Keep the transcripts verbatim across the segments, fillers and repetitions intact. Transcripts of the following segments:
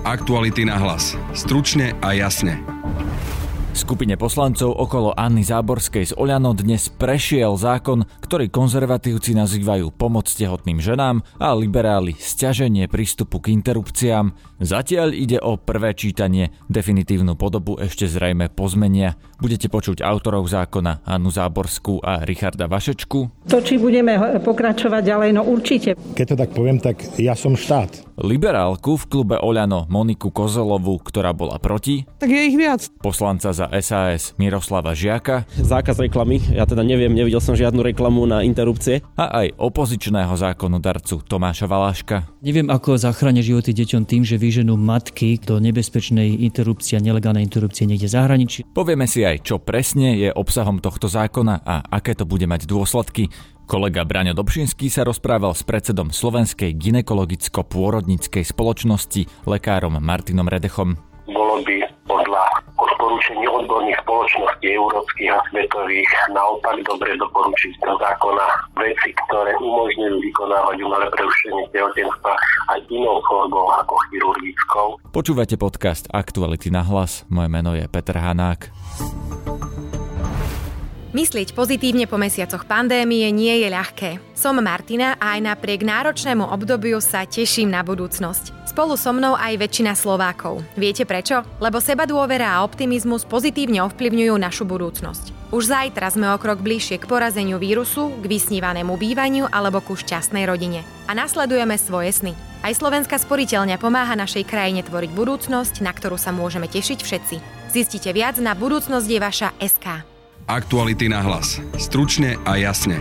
Aktuality na hlas. Stručne a jasne. Skupine poslancov okolo Anny Záborskej z Oľano dnes prešiel zákon, ktorý konzervatívci nazývajú pomoc tehotným ženám a liberáli sťaženie prístupu k interrupciám. Zatiaľ ide o prvé čítanie, definitívnu podobu ešte zrejme pozmenia. Budete počuť autorov zákona Annu Záborskú a Richarda Vašečku. To, či budeme pokračovať ďalej, no určite. Keď to tak poviem, tak ja som štát. Liberálku v klube Oľano Moniku Kozelovú, ktorá bola proti. Tak je ich viac. Poslanca za es a es Miroslava Žiaka. Zákaz reklamy, ja teda neviem, nevidel som žiadnu reklamu na interrupcie. A aj opozičného zákonodarcu Tomáša Valáška. Neviem, ako zachrániť životy deťom tým, že vyženú matky do nebezpečnej interrupcie a nelegálnej interrupcie niekde v zahraničí. Povieme si aj, čo presne je obsahom tohto zákona a aké to bude mať dôsledky. Kolega Braňo Dobšinský sa rozprával s predsedom Slovenskej gynekologicko-pôrodníckej spoločnosti, lekárom Martinom Redechom. Bolo by podľa odporúčení odborných spoločností európskych a svetových naopak dobre doporučiť do zákona veci, ktoré umožňujú vykonávať umelé prerušenie tehotenstva aj inou formou ako chirurgickou. Počúvate podcast Aktuality na hlas. Moje meno je Peter Hanák. Myslieť pozitívne po mesiacoch pandémie nie je ľahké. Som Martina a aj napriek náročnému obdobiu sa teším na budúcnosť. Spolu so mnou aj väčšina Slovákov. Viete prečo? Lebo sebadôvera a optimizmus pozitívne ovplyvňujú našu budúcnosť. Už zajtra sme o krok bližšie k porazeniu vírusu, k vysnívanému bývaniu alebo ku šťastnej rodine. A nasledujeme svoje sny. Aj Slovenská sporiteľňa pomáha našej krajine tvoriť budúcnosť, na ktorú sa môžeme tešiť všetci. Zistite viac na budúcnosť je vaša bodka es ká. Aktuality na hlas. Stručne a jasne.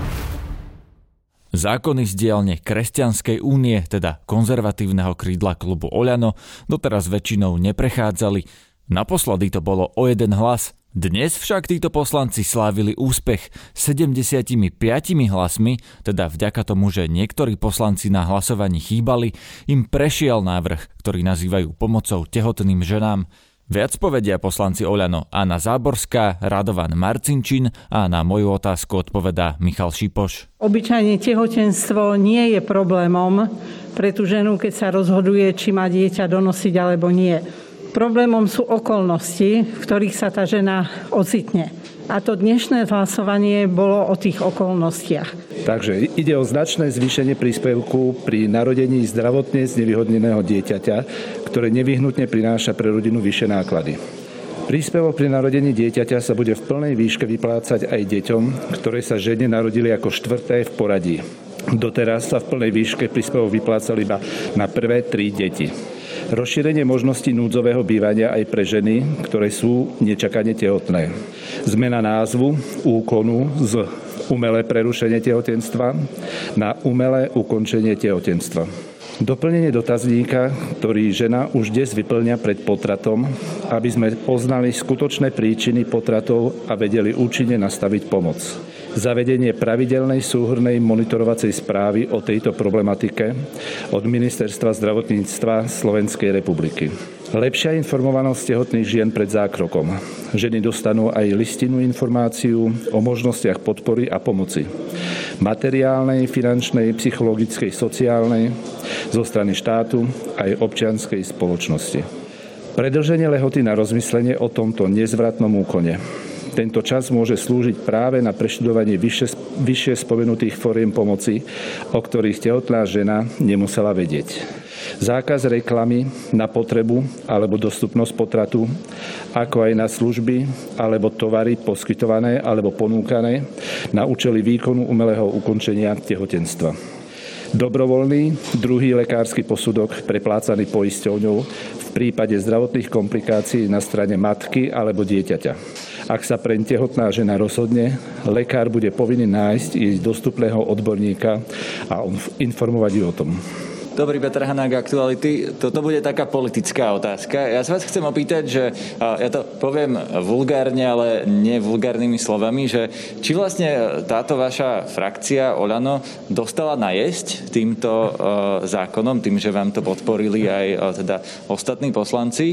Zákony z dielne Kresťanskej únie, teda konzervatívneho krídla klubu Oľano, doteraz väčšinou neprechádzali. Naposledy to bolo o jeden hlas. Dnes však títo poslanci slávili úspech sedemdesiatpäť hlasmi, teda vďaka tomu, že niektorí poslanci na hlasovaní chýbali, im prešiel návrh, ktorý nazývajú pomocou tehotným ženám. Viac povedia poslanci Oľano Anna Záborská, Radovan Marcinčín a na moju otázku odpovedá Michal Šipoš. Obyčajne tehotenstvo nie je problémom pre tú ženu, keď sa rozhoduje, či má dieťa donosiť alebo nie. Problémom sú okolnosti, v ktorých sa tá žena ocitne. A to dnešné hlasovanie bolo o tých okolnostiach. Takže ide o značné zvýšenie príspevku pri narodení zdravotne znevýhodneného dieťaťa, ktoré nevyhnutne prináša pre rodinu vyššie náklady. Príspevok pri narodení dieťaťa sa bude v plnej výške vyplácať aj deťom, ktoré sa žene narodili ako štvrté v poradí. Doteraz sa v plnej výške príspevok vyplácal iba na prvé tri deti. Rozšírenie možností núdzového bývania aj pre ženy, ktoré sú nečakane tehotné. Zmena názvu úkonu z umelé prerušenie tehotenstva na umelé ukončenie tehotenstva. Doplnenie dotazníka, ktorý žena už dnes vyplňa pred potratom, aby sme poznali skutočné príčiny potratov a vedeli účinne nastaviť pomoc. Zavedenie pravidelnej súhrnnej monitorovacej správy o tejto problematike od Ministerstva zdravotníctva Slovenskej republiky. Lepšia informovanosť tehotných žien pred zákrokom. Ženy dostanú aj listinnú informáciu o možnostiach podpory a pomoci. Materiálnej, finančnej, psychologickej, sociálnej zo strany štátu aj občianskej spoločnosti. Predĺženie lehoty na rozmyslenie o tomto nezvratnom úkone. Tento čas môže slúžiť práve na preštudovanie vyššie, vyššie spomenutých foriem pomoci, o ktorých tehotná žena nemusela vedieť. Zákaz reklamy na potrebu alebo dostupnosť potratu, ako aj na služby alebo tovary poskytované alebo ponúkané na účely výkonu umelého ukončenia tehotenstva. Dobrovoľný druhý lekársky posudok preplácaný poisťovňou v prípade zdravotných komplikácií na strane matky alebo dieťaťa. Ak sa preň tehotná žena rozhodne, lekár bude povinný nájsť jej dostupného odborníka a informovať ju o tom. Dobrý, Peter Hanák, Aktuality. Toto bude taká politická otázka. Ja sa vás chcem opýtať, že ja to poviem vulgárne, ale nie vulgárnymi slovami, že či vlastne táto vaša frakcia Oľano dostala najesť týmto zákonom, tým, že vám to podporili aj teda ostatní poslanci,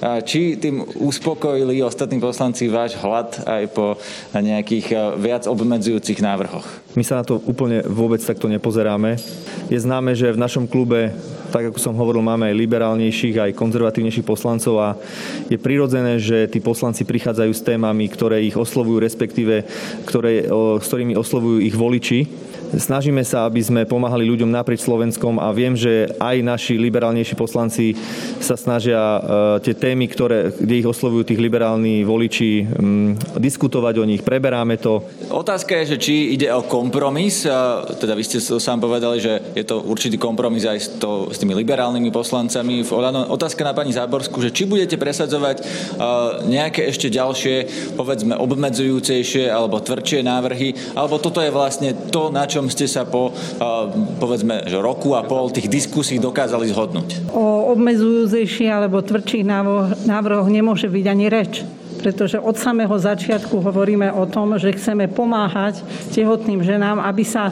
či tým uspokojili ostatní poslanci váš hlad aj po nejakých viac obmedzujúcich návrhoch? My sa na to úplne vôbec takto nepozeráme. Je známe, že v našom klube, tak ako som hovoril, máme aj liberálnejších, aj konzervatívnejších poslancov a je prirodzené, že tí poslanci prichádzajú s témami, ktoré ich oslovujú, respektíve ktoré, s ktorými oslovujú ich voliči. Snažíme sa, aby sme pomáhali ľuďom naprieč Slovenskom a viem, že aj naši liberálnejší poslanci sa snažia tie témy, ktoré, kde ich oslovujú tých liberálni voliči, diskutovať o nich, preberáme to. Otázka je, že či ide o kompromis, teda vy ste sám povedali, že je to určitý kompromis aj s, to, s tými liberálnymi poslancami v Oľano. Otázka na pani Záborskú, že či budete presadzovať nejaké ešte ďalšie, povedzme, obmedzujúcejšie alebo tvrdšie návrhy, alebo toto je vlastne to, na čo ste sa po, povedzme, že roku a pol tých diskusí dokázali zhodnúť? O obmedzujúcejších alebo tvrdších návrhoch nemôže byť ani reč. Pretože od samého začiatku hovoríme o tom, že chceme pomáhať tehotným ženám, aby sa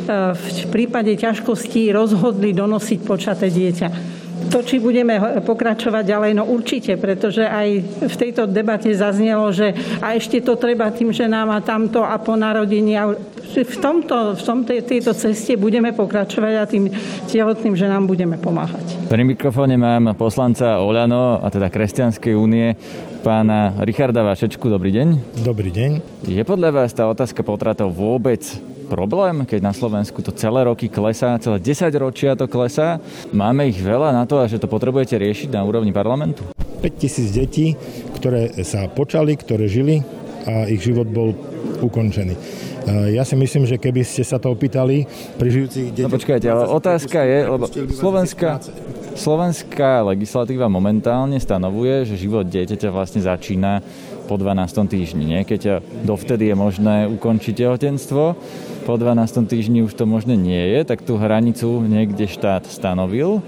v prípade ťažkostí rozhodli donosiť počaté dieťa. To, či budeme pokračovať ďalej, no určite, pretože aj v tejto debate zaznelo, že a ešte to treba tým ženám a tamto a po narodení. A v, tomto, v tomto, tejto ceste budeme pokračovať a tým tehotným ženám budeme pomáhať. Pri mikrofóne mám poslanca Oľano, a teda Kresťanskej únie, pána Richarda Vašečku. Dobrý deň. Dobrý deň. Je podľa vás tá otázka potratov vôbec problém, keď na Slovensku to celé roky klesá, celé desaťročia to klesá? Máme ich veľa na to, a že to potrebujete riešiť na úrovni parlamentu? päťtisíc detí, ktoré sa počali, ktoré žili a ich život bol ukončený. Ja si myslím, že keby ste sa to opýtali pri žijúcich deťoch... No počkajte, ale otázka je, lebo Slovenská, slovenská legislatíva momentálne stanovuje, že život dieťaťa vlastne začína po dvanástom týždni. Nie? Keď dovtedy je možné ukončiť tehotenstvo, po dvanástom týždni už to možné nie je, tak tú hranicu niekde štát stanovil.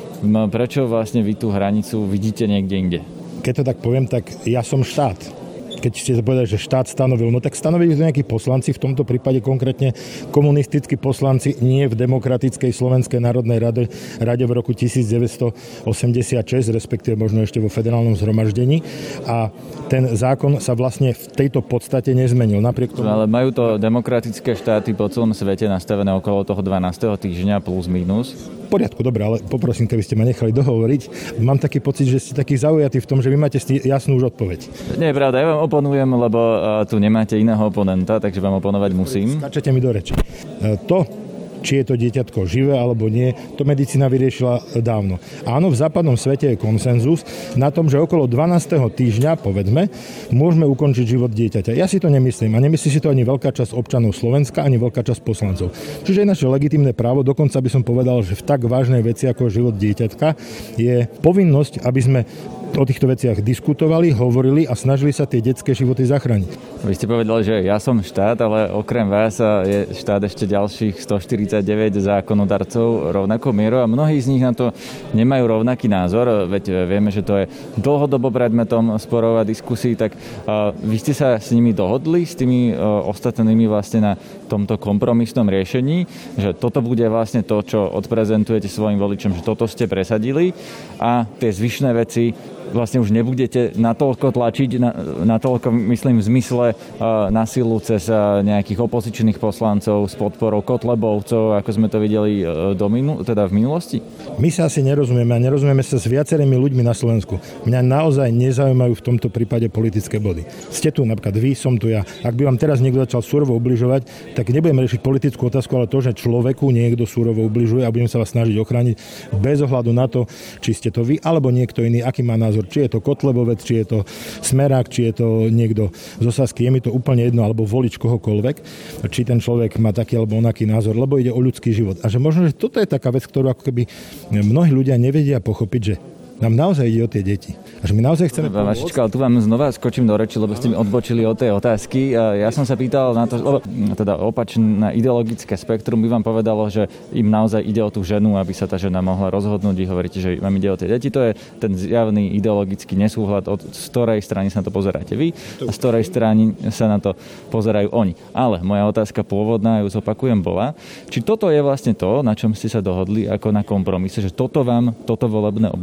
Prečo vlastne vy tú hranicu vidíte niekde inde? Keď to tak poviem, tak ja som štát. Keď ste povedali, že štát stanovil, no tak stanovili nejakí poslanci, v tomto prípade konkrétne komunistickí poslanci, nie v Demokratickej Slovenskej národnej rade, rade v roku devätnásťstoosemdesiatšesť, respektíve možno ešte vo federálnom zhromaždení. A ten zákon sa vlastne v tejto podstate nezmenil. Napriek tomu... Ale majú to demokratické štáty po celom svete nastavené okolo toho dvanásteho týždňa plus minus. V poriadku, dobre, ale poprosím, keby ste ma nechali dohovoriť. Mám taký pocit, že ste taký zaujatí v tom, že vy máte jasnú už odpoveď. Nie je pravda, ja vám oponujem, lebo tu nemáte iného oponenta, takže vám oponovať musím. Skáčete mi do reči. To, či je to dieťatko živé alebo nie, to medicína vyriešila dávno. Áno, v západnom svete je konsenzus na tom, že okolo dvanásteho týždňa, povedzme, môžeme ukončiť život dieťaťa. Ja si to nemyslím a nemyslí si to ani veľká časť občanov Slovenska, ani veľká časť poslancov. Čiže je naše legitímne právo, dokonca by som povedal, že v tak vážnej veci ako život dieťatka je povinnosť, aby sme o týchto veciach diskutovali, hovorili a snažili sa tie detské životy zachrániť. Vy ste povedali, že ja som štát, ale okrem vás je štát ešte ďalších stoštyridsaťdeväť zákonodarcov rovnakou mierou a mnohí z nich na to nemajú rovnaký názor, veď vieme, že to je dlhodobo predmetom sporov a diskusí, tak uh, vy ste sa s nimi dohodli, s tými uh, ostatnými vlastne na tomto kompromisnom riešení, že toto bude vlastne to, čo odprezentujete svojim voličom, že toto ste presadili a tie zvyšné veci vlastne už nebudete natoľko tlačiť, na, natoľko, myslím, v zmysle uh, na silu cez uh, nejakých opozičných poslancov s podporou kotlebovcov, ako sme to videli uh, do minu, teda v minulosti? My sa asi nerozumieme a nerozumieme sa s viacerými ľuďmi na Slovensku. Mňa naozaj nezaujímajú v tomto prípade politické body. Ste tu napríklad vy, som tu ja. Ak by vám teraz niekto začal surovo ubližovať, tak nebudem riešiť politickú otázku, ale to, že človeku niekto surovo ubližuje a budem sa vás snažiť ochrániť bez ohľadu na to, či ste to vy alebo niekto iný, aký má názor. Či je to Kotlebovec, či je to Smerák, či je to niekto z Sasky, je mi to úplne jedno, alebo volič kohokoľvek, či ten človek má taký alebo onaký názor, lebo ide o ľudský život. A že možno, že toto je taká vec, ktorú ako keby mnohí ľudia nevedia pochopiť, že nám naozaj ide o tie deti. A že my naozaj chceme... Vašička, ale tu vám znova skočím do reči, lebo ste mi odbočili od tej otázky. Ja som sa pýtal na to, lebo teda opačné ideologické spektrum by vám povedalo, že im naozaj ide o tú ženu, aby sa tá žena mohla rozhodnúť. Vy hovoríte, že vám ide o tie deti. To je ten zjavný ideologický nesúhľad, od z ktorej strany sa na to pozeráte vy a z ktorej strany sa na to pozerajú oni. Ale moja otázka pôvodná, ju zopakujem, bola, či toto je vlastne to, na čom ste sa dohodli ako na kompromise, že toto vám, toto volebné obdobie pre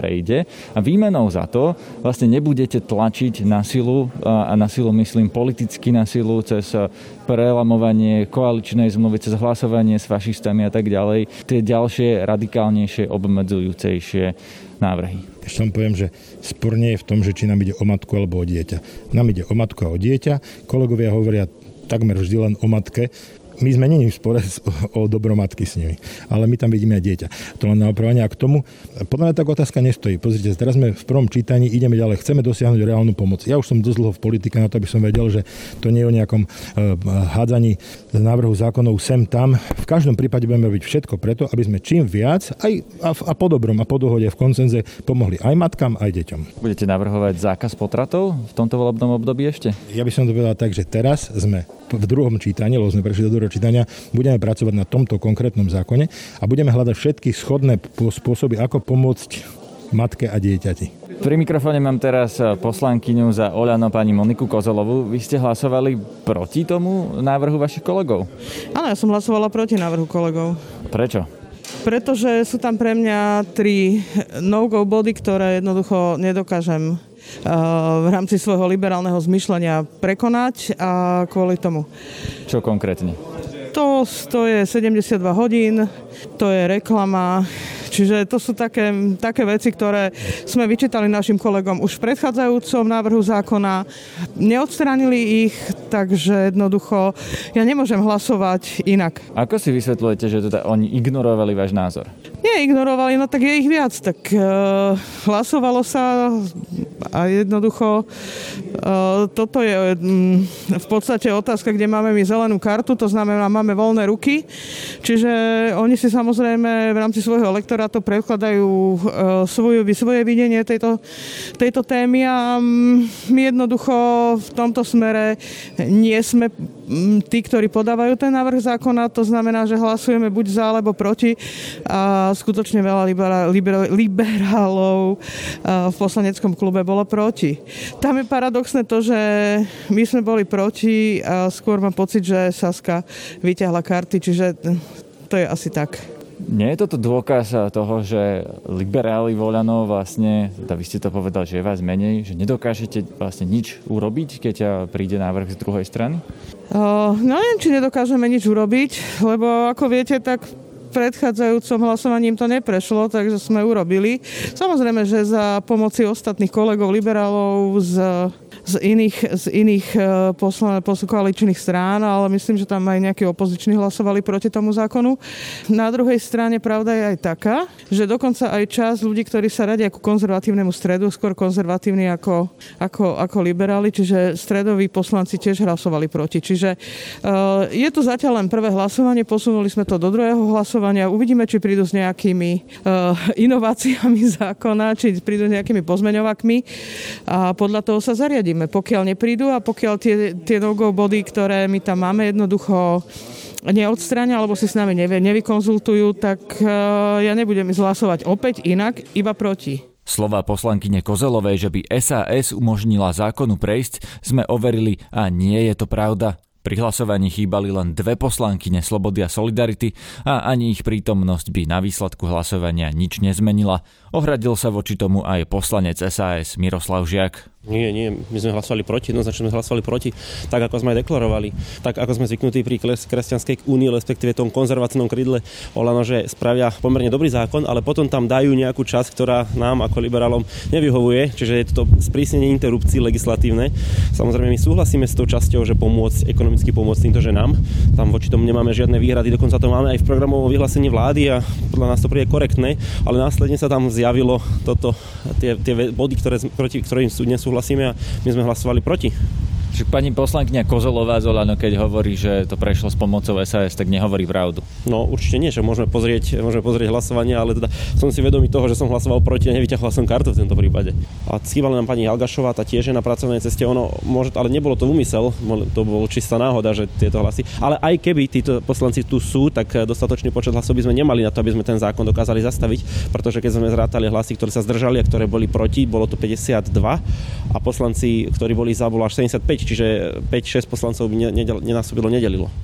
prejde a výmenou za to vlastne nebudete tlačiť na silu, a na silu myslím politicky na silu cez prelamovanie koaličnej zmluvy, cez hlasovanie s fašistami a tak ďalej, tie ďalšie radikálnejšie, obmedzujúcejšie návrhy. Ešte vám poviem, že spor nie je v tom, že či nám ide o matku alebo o dieťa. Nám ide o matku a o dieťa. Kolegovia hovoria takmer vždy len o matke. My sme není v spore o dobromatky s nimi, ale my tam vidíme aj dieťa. To len na opravanie. A k tomu, podľa mňa tak otázka nestojí. Pozrite, teraz sme v prvom čítaní, ideme ďalej, chceme dosiahnuť reálnu pomoc. Ja už som dosť dlho v politike na to, aby som vedel, že to nie je o nejakom uh, hádzaní návrhu zákonov sem tam. V každom prípade budeme robiť všetko preto, aby sme čím viac aj a, a po dobrom a po dohode v konsenze pomohli aj matkám, aj deťom. Budete navrhovať zákaz potratov v tomto volebnom období ešte? Ja by som to povedal tak, že teraz sme v druhom čítaní, lebo sme prešli do druhého čítania, budeme pracovať na tomto konkrétnom zákone a budeme hľadať všetky schodné spôsoby, ako pomôcť matke a dieťati. Pri mikrofóne mám teraz poslankyňu za Oľano pani Moniku Kozelovú. Vy ste hlasovali proti tomu návrhu vašich kolegov? Áno, ja som hlasovala proti návrhu kolegov. Prečo? Pretože sú tam pre mňa tri no-go body, ktoré jednoducho nedokážem v rámci svojho liberálneho zmýšľania prekonať a kvôli tomu. Čo konkrétne? To, to je sedemdesiatdva hodín, to je reklama, čiže to sú také, také veci, ktoré sme vyčítali našim kolegom už v predchádzajúcom návrhu zákona, neodstránili ich, takže jednoducho ja nemôžem hlasovať inak. Ako si vysvetľujete, že teda oni ignorovali váš názor? Nie ignorovali, no tak je ich viac, tak uh, hlasovalo sa a jednoducho uh, toto je um, v podstate otázka, kde máme my zelenú kartu, to znamená, máme voľné ruky, čiže oni si samozrejme v rámci svojho elektorátu predkladajú uh, svoju, svoje videnie tejto, tejto témy a um, my jednoducho v tomto smere nie sme um, tí, ktorí podávajú ten návrh zákona, to znamená, že hlasujeme buď za alebo proti a skutočne veľa libera, liber, liberálov uh, v poslaneckom klube bolo proti. Tam je paradoxné to, že my sme boli proti a skôr mám pocit, že Saska vyťahla karty, čiže to je asi tak. Nie je toto dôkaz toho, že liberáli Oľano vlastne, teda vy ste to povedal, že je vás menej, že nedokážete vlastne nič urobiť, keď príde návrh z druhej strany? Uh, no neviem, či nedokážeme nič urobiť, lebo ako viete, tak predchádzajúcom hlasovaním to neprešlo, takže sme urobili. Samozrejme, že za pomoci ostatných kolegov liberálov z, z iných, z iných poslan, koaličných strán, ale myslím, že tam aj nejakí opoziční hlasovali proti tomu zákonu. Na druhej strane pravda je aj taká, že dokonca aj časť ľudí, ktorí sa radia ku konzervatívnemu stredu, skôr konzervatívni ako, ako, ako liberáli, čiže stredoví poslanci tiež hlasovali proti. Čiže uh, je to zatiaľ len prvé hlasovanie, posunuli sme to do druhého hlasovania. Uvidíme, či prídu s nejakými uh, inováciami zákona, či prídu s nejakými pozmeňovakmi a podľa toho sa zariadíme. Pokiaľ neprídu a pokiaľ tie, tie no-go body, ktoré my tam máme, jednoducho neodstránia alebo si s nami nevy, nevykonzultujú, tak uh, ja nebudem hlasovať opäť inak, iba proti. Slová poslankyne Kozelovej, že by es a es umožnila zákonu prejsť, sme overili a nie je to pravda. Pri hlasovaní chýbali len dve poslankyne Slobody a Solidarity a ani ich prítomnosť by na výsledku hlasovania nič nezmenila. Ohradil sa voči tomu aj poslanec es a es Miroslav Žiak. Nie, nie, my sme hlasovali proti, jednoznačne sme hlasovali proti, tak ako sme aj deklarovali, tak ako sme zvyknutí pri Kresťanskej únii, respektíve tom konzervatívnom krídle Oľano, že spravia pomerne dobrý zákon, ale potom tam dajú nejakú časť, ktorá nám ako liberálom nevyhovuje, čiže je to sprísnenie interrupcií legislatívne. Samozrejme, my súhlasíme s tou časťou, že pomôcť, ekonomicky pomôcť týmto ženám. Tam voči tomu nemáme žiadne výhrady, dokonca to máme aj v programovom vyhlásení vlády a podľa nás to príde korektné, ale následne sa tam zjavilo toto, tie, tie body, ktoré, proti ktorým sú nesúhlasíme. Hlasíme a my sme hlasovali proti. Čiže pani poslankyňa Kozelová z Oľano, keď hovorí, že to prešlo s pomocou es a es, tak nehovorí pravdu. No určite nie, že môžeme pozrieť, môžeme pozrieť hlasovanie, ale teda som si vedomý toho, že som hlasoval proti a nevyťahol som kartu v tomto prípade. A schýbala nám pani Algašová, tá tiež je na pracovnej ceste, ono môže, ale nebolo to úmysel, to bolo čistá náhoda, že tieto hlasy. Ale aj keby títo poslanci tu sú, tak dostatočný počet hlasov by sme nemali na to, aby sme ten zákon dokázali zastaviť, pretože keď sme zrátali hlasy, ktoré sa zdržali a ktoré boli proti, bolo to päťdesiatdva a poslanci, ktorí boli za, bolo až sedemdesiatpäť, čiže päť šesť poslancov by nenásobilo, nedelilo.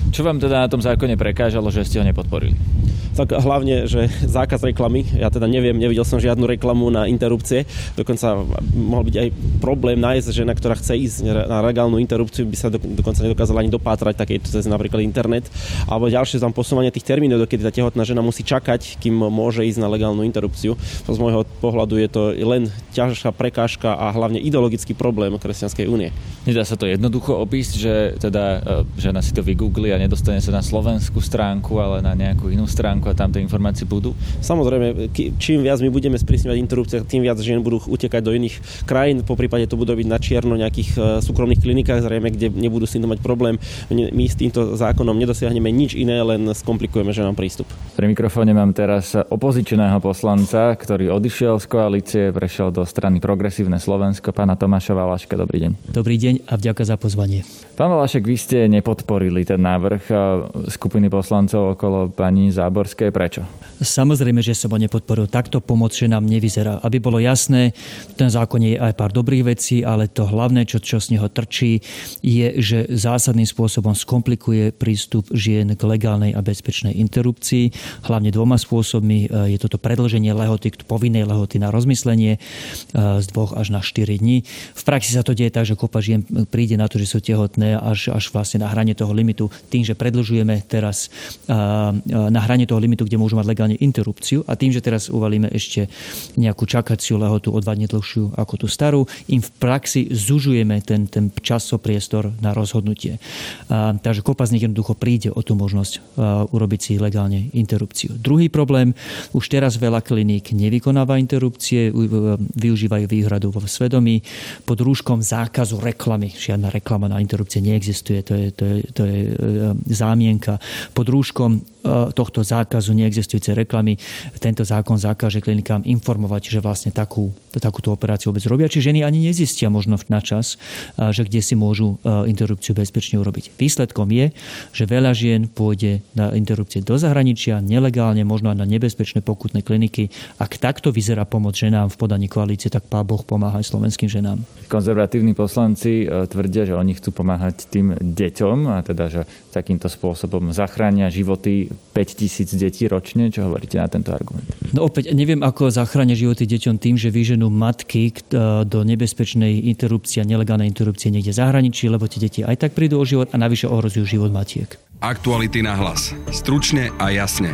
Čo vám teda na tom zákone prekážalo, že ste ho nepodporili? Tak hlavne, že zákaz reklamy. Ja teda neviem, nevidel som žiadnu reklamu na interrupcie. Dokonca mohol byť aj problém nájsť žena, ktorá chce ísť na legálnu interrupciu, by sa do, dokonca nedokázala ani dopátrať, tak je to cez napríklad internet. Alebo ďalšie tam posúvanie tých termínov, dokedy tá tehotná žena musí čakať, kým môže ísť na legálnu interrupciu. Z môjho pohľadu je to len ťažká prekážka a hlavne ideologický problém Kresťanskej únie. Nedá sa to jednoducho opísť, že teda žena si to vygoogli a nedostane sa na slovenskú stránku, ale na nejakú inú stránku a tam tie informácie budú? Samozrejme, čím viac my budeme sprísňovať interrupcie, tým viac žien budú utekať do iných krajín, poprípade to budú byť na čierno nejakých súkromných klinikách, zrejme, kde nebudú s tým mať problém. My s týmto zákonom nedosiahneme nič iné, len skomplikujeme ženám prístup. Pri mikrofóne mám teraz opozičného poslanca, ktorý odišiel z koalície, prešiel do strany Progresívne Slovensko, pána Tomáša Valaška. Dobrý deň. Dobrý deň a vďaka za pozvanie. Pán Valašek, vy ste nepodporili ten návrh skupiny poslancov okolo pani Záborskej. Prečo? Samozrejme, že som ho nepodporil. Takto pomoc ženám nevyzerá. Aby bolo jasné, v ten zákone je aj pár dobrých vecí, ale to hlavné, čo, čo z neho trčí, je, že zásadným spôsobom skomplikuje prístup žien k legálnej a bezpečnej interrupcii. Hlavne dvoma spôsobmi. Je toto predĺženie lehoty, povinnej lehoty na rozmyslenie z dvoch až na štyri dní. V praxi sa to deje tak, že kopa žien príde na to, že sú tehotné až, až vlastne na hrane toho limitu. Tým, že predĺžujeme teraz na hrane toho limitu, kde môžu mať legálne interrupciu a tým, že teraz uvalíme ešte nejakú čakaciu lehotu o dva dni dlhšiu ako tú starú, im v praxi zužujeme ten, ten časopriestor na rozhodnutie. A, takže kopa z nich jednoducho príde o tú možnosť a, urobiť si legálne interrupciu. Druhý problém, už teraz veľa kliník nevykonáva interrupcie, využívajú výhradu vo svedomí pod rúškom zákazu reklamy. Žiadna reklama na interrupcie neexistuje, to je, to je, to je zámienka. Pod rúškom tohto zákazu neexistujúcej reklamy tento zákon zakáže klinikám informovať, že vlastne takú, takúto operáciu vôbec robia. Či ženy ani nezistia možno na čas, že kde si môžu interrupciu bezpečne urobiť. Výsledkom je, že veľa žien pôjde na interrupcie do zahraničia, nelegálne, možno aj na nebezpečné pokutné kliniky. Ak takto vyzerá pomoc ženám v podaní koalície, tak Pán Boh pomáha aj slovenským ženám. Konzervatívni poslanci tvrdia, že oni chcú pomáhať tým deťom a teda, že takýmto spôsobom zachránia životy päťtisíc detí ročne. Čo hovoríte na tento argument? No opäť, neviem, ako zachránia životy deťom tým, že vyženú matky do nebezpečnej interrupcie a nelegálnej interrupcie niekde v zahraničí, lebo tie deti aj tak prídu o život a navyše ohrozujú život matiek. Aktuality na hlas. Stručne a jasne.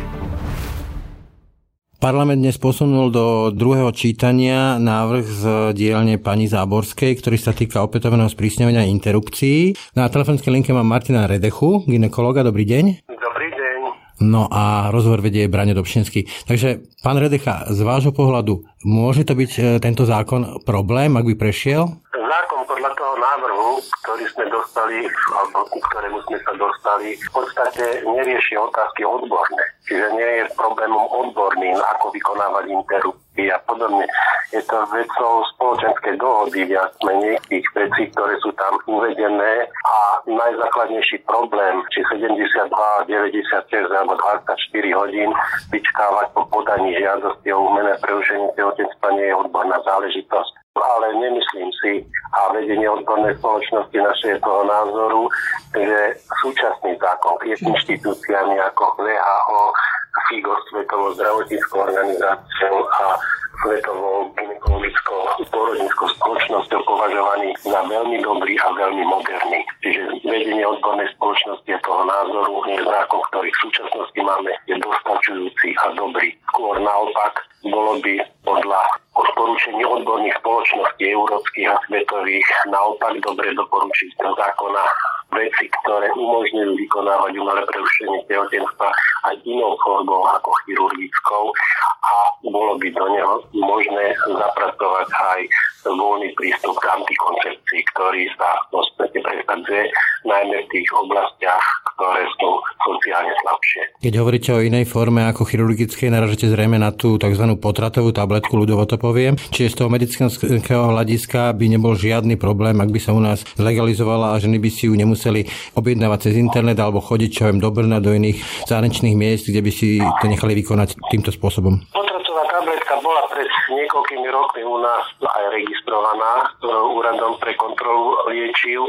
Parlament dnes posunul do druhého čítania návrh z dielne pani Záborskej, ktorý sa týka opätovného sprísňovania interrupcií. Na telefonickej linke mám Martina Redechu, gynekologa. Dobrý deň. Dobrý deň. No a rozhovor vedie Braňo Dobšinský. Takže, pán Redecha, z vášho pohľadu, môže to byť tento zákon problém, ak by prešiel? Zákon podľa toho návrhu, ktorý sme dostali, alebo ku ktorému sme sa dostali, v podstate nerieši otázky odborné. Čiže nie je problémom odborným, ako vykonávať interrupcie a podobne. Je to vecou spoločenskej dohody viac menej tých vecí, ktoré sú tam uvedené a najzákladnejší problém, či sedemdesiatdva, deväťdesiatšesť alebo dvadsaťštyri hodín vyčkávať po podaní žiadosti o umelé prerušenie tehotenstva nie je odborná záležitosť. Ale nemyslím si, a vedenie odbornej spoločnosti našej toho názoru, že súčasný zákon je inštitúciami ako vé há ó, FIGO, Svetovou zdravotníckou organizáciou a Svetovou gynekologickou porodníckou spoločnosťou považovaný za veľmi dobrý a veľmi moderný. Čiže vedenie odbornej spoločnosti je toho názoru, že zákon, ktorý v súčasnosti máme, je dostačujúci a dobrý. Skôr naopak, bolo by podľa odporúčení odborných spoločností európskych a svetových naopak dobre doporučiť do zákona veci, ktoré umožňujú vykonávať umelé prerušenie tehotenstva aj inou formou ako chirurgickou a bolo by do neho možné zapracovať aj voľný prístup k antikoncepcii, ktorý sa v podstate presadzuje najmä v tých oblastiach, ktoré sú sociálne slabšie. Keď hovoríte o inej forme ako chirurgickej, naražete zrejme na tú tzv. Potratovú tabletku, ľudovo to poviem. Čiže z toho medicínskeho hľadiska by nebol žiadny problém, ak by sa u nás legalizovala a ženy by si ju nemuseli objednávať cez internet alebo chodiť čo viem do Brna, do iných zahraničných miest, kde by si to nechali vykonať týmto spôsobom. Potratová tabletka bola pred niekoľkými rokmi u nás aj registrovaná úradom pre kontrolu liečiv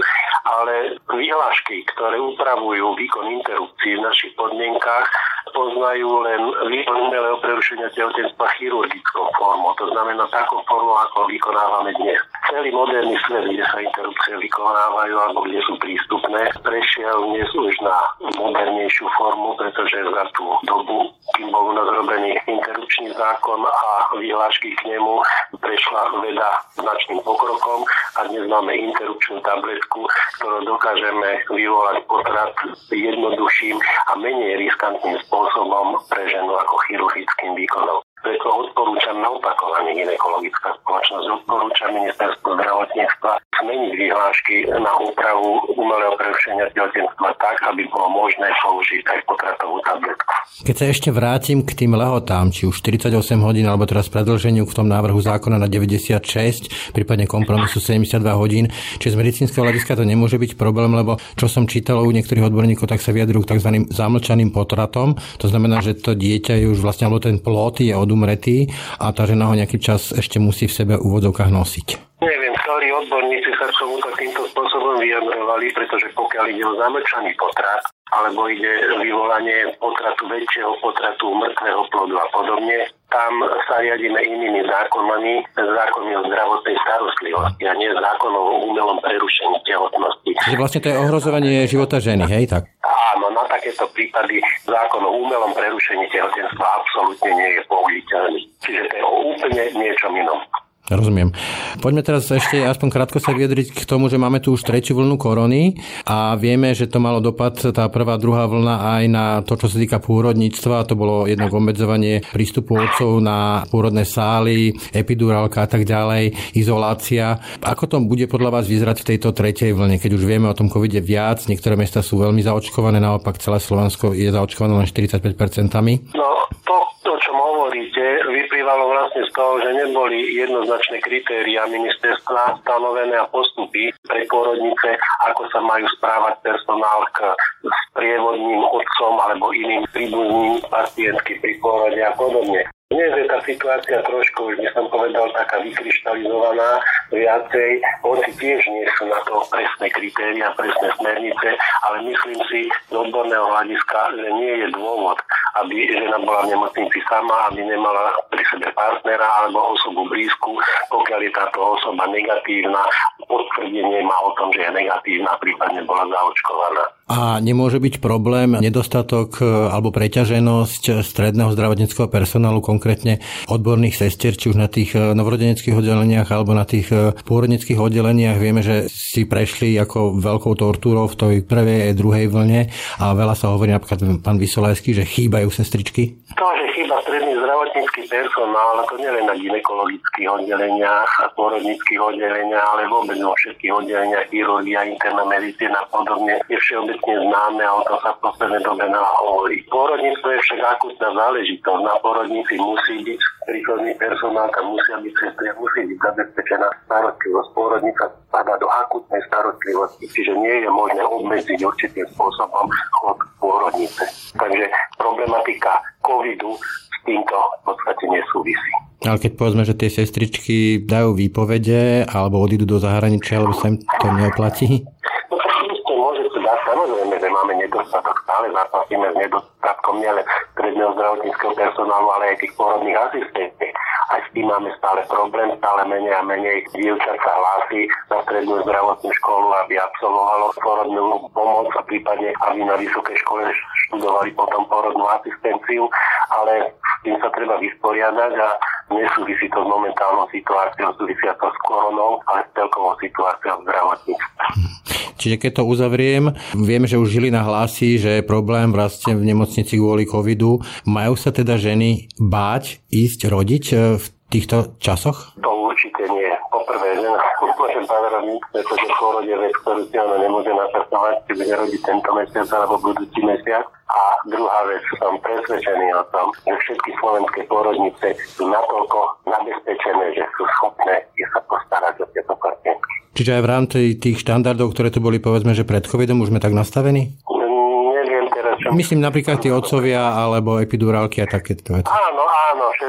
ale vyhlášky, ktoré upravujú výkon interrupcií v našich podmienkach, poznajú len výkon umelého prerušenia tehotenstva chirurgickou formou, to znamená takou formou, ako vykonávame dnes. Celý moderný svet, kde sa interrupcie vykonávajú alebo kde sú prístupné, prešiel dnes už na modernejšiu formu, pretože za tú dobu, kým bol u nás robený interrupčný zákon a vyhlášky k nemu, prešla veda značným pokrokom a dnes máme interrupčnú tabletku, ktorou dokážeme vyvolať potrat jednoduchším a menej riskantným spôsobom pre ženu ako chirurgickým výkonom. Preto odporúčam na opakovanie gynekologická spoločnosť, odporúčam ministerstvo zdravotníctva zmeniť vyhlášky na úpravu umelého prerušenia tehotenstva tak, aby bolo možné použiť aj potratovú tabletku. Keď sa ešte vrátim k tým lehotám, či už štyridsaťosem hodín, alebo teraz predĺženiu v tom návrhu zákona na deväťdesiatšesť, prípadne kompromisu sedemdesiatdva hodín, či z medicínskeho hľadiska to nemôže byť problém, lebo čo som čítal u niektorých odborníkov, tak sa vyjadrujú k tzv. Zamlčaným potratom. To znamená, že to dieťa je už vlastne, alebo ten plod je odumretý a tá žena ho nejaký čas ešte musí v sebe v úvodzovkách nosiť. Neviem, ktorí odborníci sa k tomuto týmto spôsobom vyjadrovali, pretože pokiaľ ide o zamlčaný potrat, alebo ide vyvolanie potratu, väčšieho potratu mŕtvého plodu a podobne, tam sa riadíme inými zákonmi, zákonmi o zdravotnej starostlivosti a nie zákonom o umelom prerušení tehotnosti. Čiže vlastne to je ohrozovanie života ženy, hej, tak? Áno, na takéto prípady zákon o umelom prerušení tehotenstva absolútne nie je použiteľný. Čiže to je o úplne niečom inom. Rozumiem. Poďme teraz ešte aspoň krátko sa vyjadriť k tomu, že máme tu už tretiu vlnu korony a vieme, že to malo dopad, tá prvá, druhá vlna aj na to, čo sa týka pôrodníctva. To bolo jednak obmedzovanie prístupu otcov na pôrodné sály, epidurálka a tak ďalej, izolácia. Ako to bude podľa vás vyzerať v tejto tretej vlne, keď už vieme o tom covide viac, niektoré mestá sú veľmi zaočkované, naopak celé Slovensko je zaočkované len štyridsaťpäť percent? No, to, o čom hovoríte, vyplývalo vlastne z toho, že neboli jednoznačné kritériá ministerstva stanovené a postupy pre pôrodnice, ako sa majú správať personál k sprievodným otcom alebo iným príbuzným pacientky pri pôrode a podobne. Dnes je tá situácia trošku, už by som povedal, taká vykryštalizovaná viacej. Oni tiež nie sú na to presné kritéria, presné smernice, ale myslím si z odborného hľadiska, že nie je dôvod, aby žena bola v nemocnici sama, aby nemala pri sebe partnera alebo osobu blízku, pokiaľ je táto osoba negatívna, potvrdenie má o tom, že je negatívna, prípadne bola zaočkovaná. A nemôže byť problém nedostatok alebo preťaženosť stredného zdravotníckeho personálu, konkrétne odborných sestier, či už na tých novorodeneckých oddeleniach alebo na tých pôrodnických oddeleniach. Vieme, že si prešli ako veľkou tortúrou v tej prvej aj druhej vlne a veľa sa hovorí, napríklad pán Vysolajský, že chýbajú sestričky. To, že chýba stredný zdravotnícky personál, to nielen na gynekologických oddeleniach a pôrodnických oddeleniach, ale vôbec vo všetkých oddeleniach chirurgia, interná medicína a podobne je všeobecne známe a o tom sa v poslednej dobe veľa hovorí. Pôrodníctvo je však akutná záležitosť. Na pôrodnici musí byť príchodný personál, tam musia byť sestry, musí byť zabezpečená starostlivosť. Pôrodnica spadá do akutnej starostlivosti, čiže nie je možné obmedziť určitým spôsobom chod pôrodnice. Takže problematika covidu s týmto v podstate nesúvisí. Ale keď povedzme, že tie sestričky dajú výpovede alebo odídu do zahraničia, alebo sa im to neoplatí? No to ešte môže sa dať, samozrejme, že máme nedostatok, stále zápasíme s nedostatkom nielen stredného zdravotníckeho personálu, ale aj tých pôrodných asistentiek. Aj s tým máme stále problém, stále menej a menej dievčat sa hlási na strednú zdravotnú školu, aby absolvovalo pôrodnú pomoc a prípadne aby na vysokej škole študovali potom pôrodnú asistenciu, ale s tým sa treba vysporiadať a nesúvisí to s momentálnou situáciou, súvisia to s koronou, ale s celkovou situáciou v zdravotníctve. Čiže keď to uzavriem, vieme, že už Žilina hlási, že je problém vlastne v nemocnici kvôli covidu. Majú sa teda ženy báť ísť rodiť v týchto časoch? To určite nie. Poprvé, žena nemôže báť rodiť, pretože pôrod je vec, ktorú si ona nemôže napasovať, či bude rodiť tento mesiac alebo budúci mesiac. A druhá vec, som presvedčený o tom, že všetky slovenské pôrodnice sú natoľko nabezpečené, že sú schopné sa postarať o tieto pacientky. Čiže aj v rámci tých štandardov, ktoré tu boli, povedzme, že pred covidom, už sme tak nastavení? Neviem teraz, čo... Myslím napríklad tí otcovia alebo epidurálky a takéto veci. Áno, áno, všetko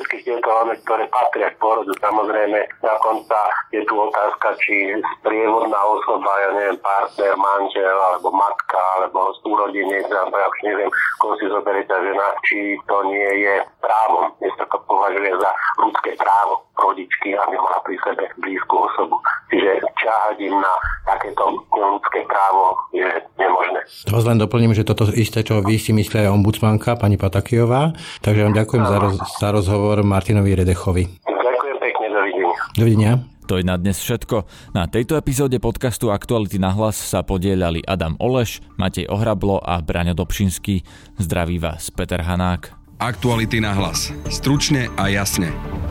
všetky tieto, ktoré patria k pôrodu. Samozrejme, dokonca je tu otázka, či sprievodná osoba, ja neviem, partner, manžel, alebo matka, alebo súrodenec, alebo ja už neviem, koho si zoberie tá žena, či to nie je právom. Dnes sa to považuje za ľudské právo rodičky, aby mala pri sebe blízku osobu. Čiže čahať im na takéto ľudské právo je nemožné. To len doplním, že toto isté, čo vy si myslia aj ombudsmanka, pani Patakijová. Takže vám ďakujem za, roz, za rozhovor Martinovi Redechovi. Ďakujem pekne, dovidenia. Dovidenia. To je na dnes všetko. Na tejto epizóde podcastu Aktuality na hlas sa podieľali Adam Oleš, Matej Ohrablo a Braňo Dobšinský. Zdraví vás Peter Hanák. Aktuality na hlas. Stručne a jasne.